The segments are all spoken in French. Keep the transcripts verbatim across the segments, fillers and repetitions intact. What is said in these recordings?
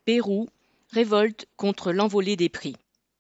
Pérou, révolte contre l'envolée des prix.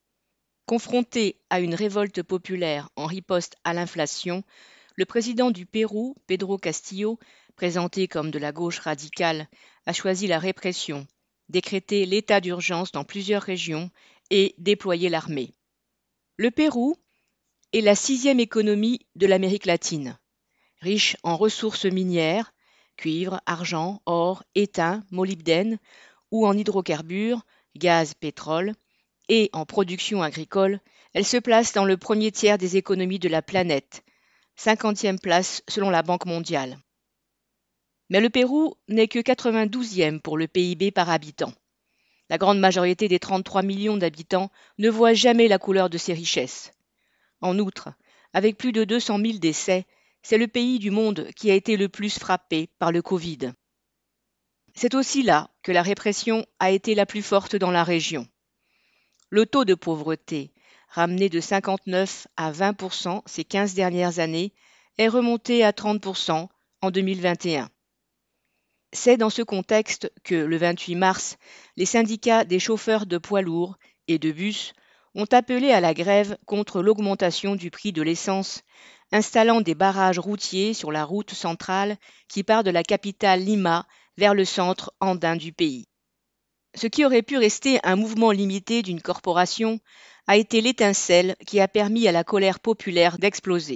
Confronté à une révolte populaire en riposte à l'inflation, le président du Pérou, Pedro Castillo, présenté comme de la gauche radicale, a choisi la répression, décrété l'état d'urgence dans plusieurs régions et déployé l'armée. Le Pérou est la sixième économie de l'Amérique latine, riche en ressources minières, cuivre, argent, or, étain, molybdène, ou en hydrocarbures, gaz, pétrole, et en production agricole, elle se place dans le premier tiers des économies de la planète, cinquantième place selon la Banque mondiale. Mais le Pérou n'est que quatre-vingt-douzième pour le P I B par habitant. La grande majorité des trente-trois millions d'habitants ne voit jamais la couleur de ses richesses. En outre, avec plus de deux cent mille décès, c'est le pays du monde qui a été le plus frappé par le Covid. C'est aussi là que la répression a été la plus forte dans la région. Le taux de pauvreté, ramené de cinquante-neuf à vingt pour cent ces quinze dernières années, est remonté à trente pour cent en deux mille vingt et un. C'est dans ce contexte que, le vingt-huit mars, les syndicats des chauffeurs de poids lourds et de bus ont appelé à la grève contre l'augmentation du prix de l'essence, installant des barrages routiers sur la route centrale qui part de la capitale Lima vers le centre andin du pays. Ce qui aurait pu rester un mouvement limité d'une corporation a été l'étincelle qui a permis à la colère populaire d'exploser.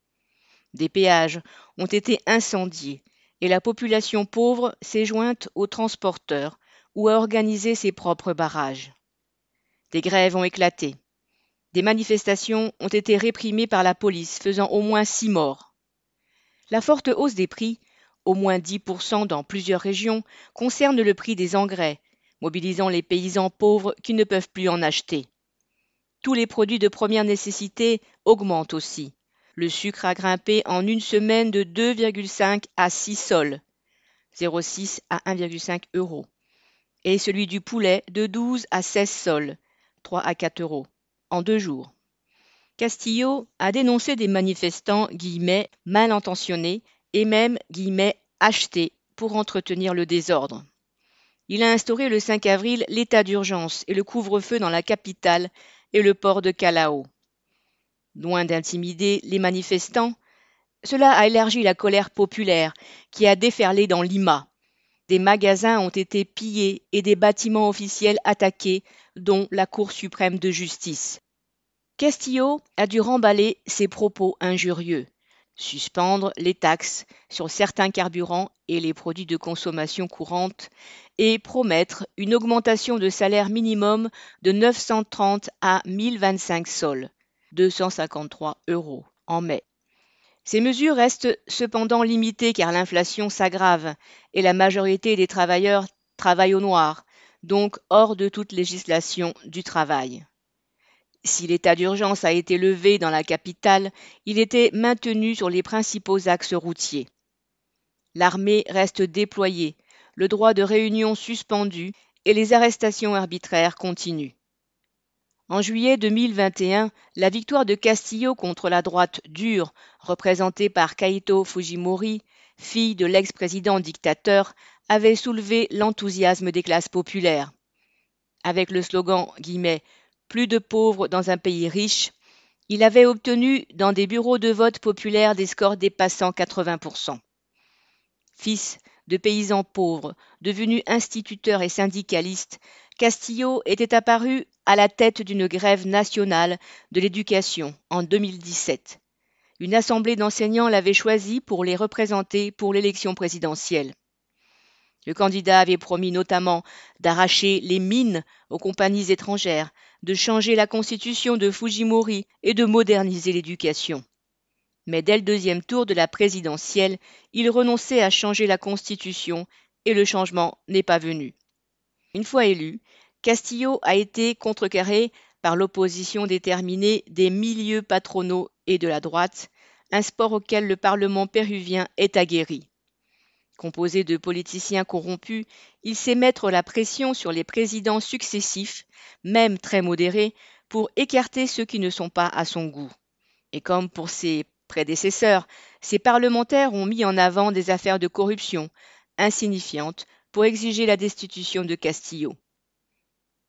Des péages ont été incendiés et la population pauvre s'est jointe aux transporteurs ou a organisé ses propres barrages. Des grèves ont éclaté. Des manifestations ont été réprimées par la police, faisant au moins six morts. La forte hausse des prix, au moins dix pour cent dans plusieurs régions, concerne le prix des engrais, mobilisant les paysans pauvres qui ne peuvent plus en acheter. Tous les produits de première nécessité augmentent aussi. Le sucre a grimpé en une semaine de deux virgule cinq à six sols, zéro virgule six à un virgule cinq euros, et celui du poulet de douze à seize sols, trois à quatre euros, en deux jours. Castillo a dénoncé des manifestants guillemets mal intentionnés et même guillemets achetés pour entretenir le désordre. Il a instauré le cinq avril l'état d'urgence et le couvre-feu dans la capitale et le port de Callao. Loin d'intimider les manifestants, cela a élargi la colère populaire qui a déferlé dans Lima. Des magasins ont été pillés et des bâtiments officiels attaqués, dont la Cour suprême de justice. Castillo a dû remballer ses propos injurieux, suspendre les taxes sur certains carburants et les produits de consommation courante et promettre une augmentation de salaire minimum de neuf cent trente à mille vingt-cinq sols, deux cent cinquante-trois euros, en mai. Ces mesures restent cependant limitées car l'inflation s'aggrave et la majorité des travailleurs travaillent au noir, donc hors de toute législation du travail. Si l'état d'urgence a été levé dans la capitale, il était maintenu sur les principaux axes routiers. L'armée reste déployée, le droit de réunion suspendu et les arrestations arbitraires continuent. En juillet deux mille vingt et un, la victoire de Castillo contre la droite dure, représentée par Kaito Fujimori, fille de l'ex-président dictateur, avait soulevé l'enthousiasme des classes populaires. Avec le slogan guillemets, « Plus de pauvres dans un pays riche », il avait obtenu dans des bureaux de vote populaires des scores dépassant quatre-vingts pour cent. Fils de paysans pauvres, devenu instituteur et syndicaliste, Castillo était apparu à la tête d'une grève nationale de l'éducation en deux mille dix-sept. Une assemblée d'enseignants l'avait choisi pour les représenter pour l'élection présidentielle. Le candidat avait promis notamment d'arracher les mines aux compagnies étrangères, de changer la constitution de Fujimori et de moderniser l'éducation. Mais dès le deuxième tour de la présidentielle, il renonçait à changer la constitution et le changement n'est pas venu. Une fois élu, Castillo a été contrecarré par l'opposition déterminée des milieux patronaux et de la droite, un sport auquel le Parlement péruvien est aguerri. Composé de politiciens corrompus, il sait mettre la pression sur les présidents successifs, même très modérés, pour écarter ceux qui ne sont pas à son goût. Et comme pour ses prédécesseurs, ces parlementaires ont mis en avant des affaires de corruption insignifiantes pour exiger la destitution de Castillo.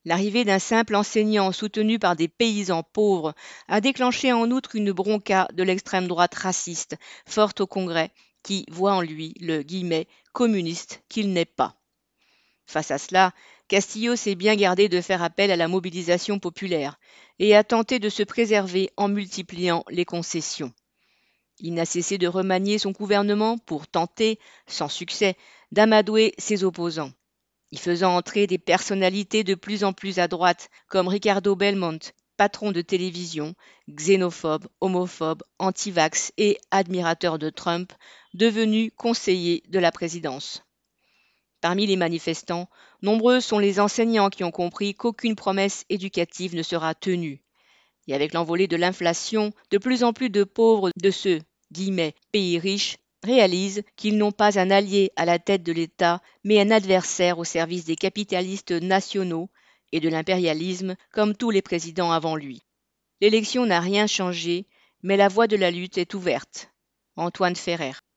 L'arrivée d'un simple enseignant soutenu par des paysans pauvres a déclenché en outre une bronca de l'extrême droite raciste, forte au Congrès, qui voit en lui le guillemets, communiste qu'il n'est pas. Face à cela, Castillo s'est bien gardé de faire appel à la mobilisation populaire et a tenté de se préserver en multipliant les concessions. Il n'a cessé de remanier son gouvernement pour tenter, sans succès, d'amadouer ses opposants, y faisant entrer des personnalités de plus en plus à droite, comme Ricardo Belmont, patron de télévision, xénophobe, homophobe, anti-vax et admirateur de Trump, devenu conseiller de la présidence. Parmi les manifestants, nombreux sont les enseignants qui ont compris qu'aucune promesse éducative ne sera tenue. Et avec l'envolée de l'inflation, de plus en plus de pauvres de ce guillemets, pays riches réalisent qu'ils n'ont pas un allié à la tête de l'État, mais un adversaire au service des capitalistes nationaux et de l'impérialisme, comme tous les présidents avant lui. L'élection n'a rien changé, mais la voie de la lutte est ouverte. Antoine Ferrer.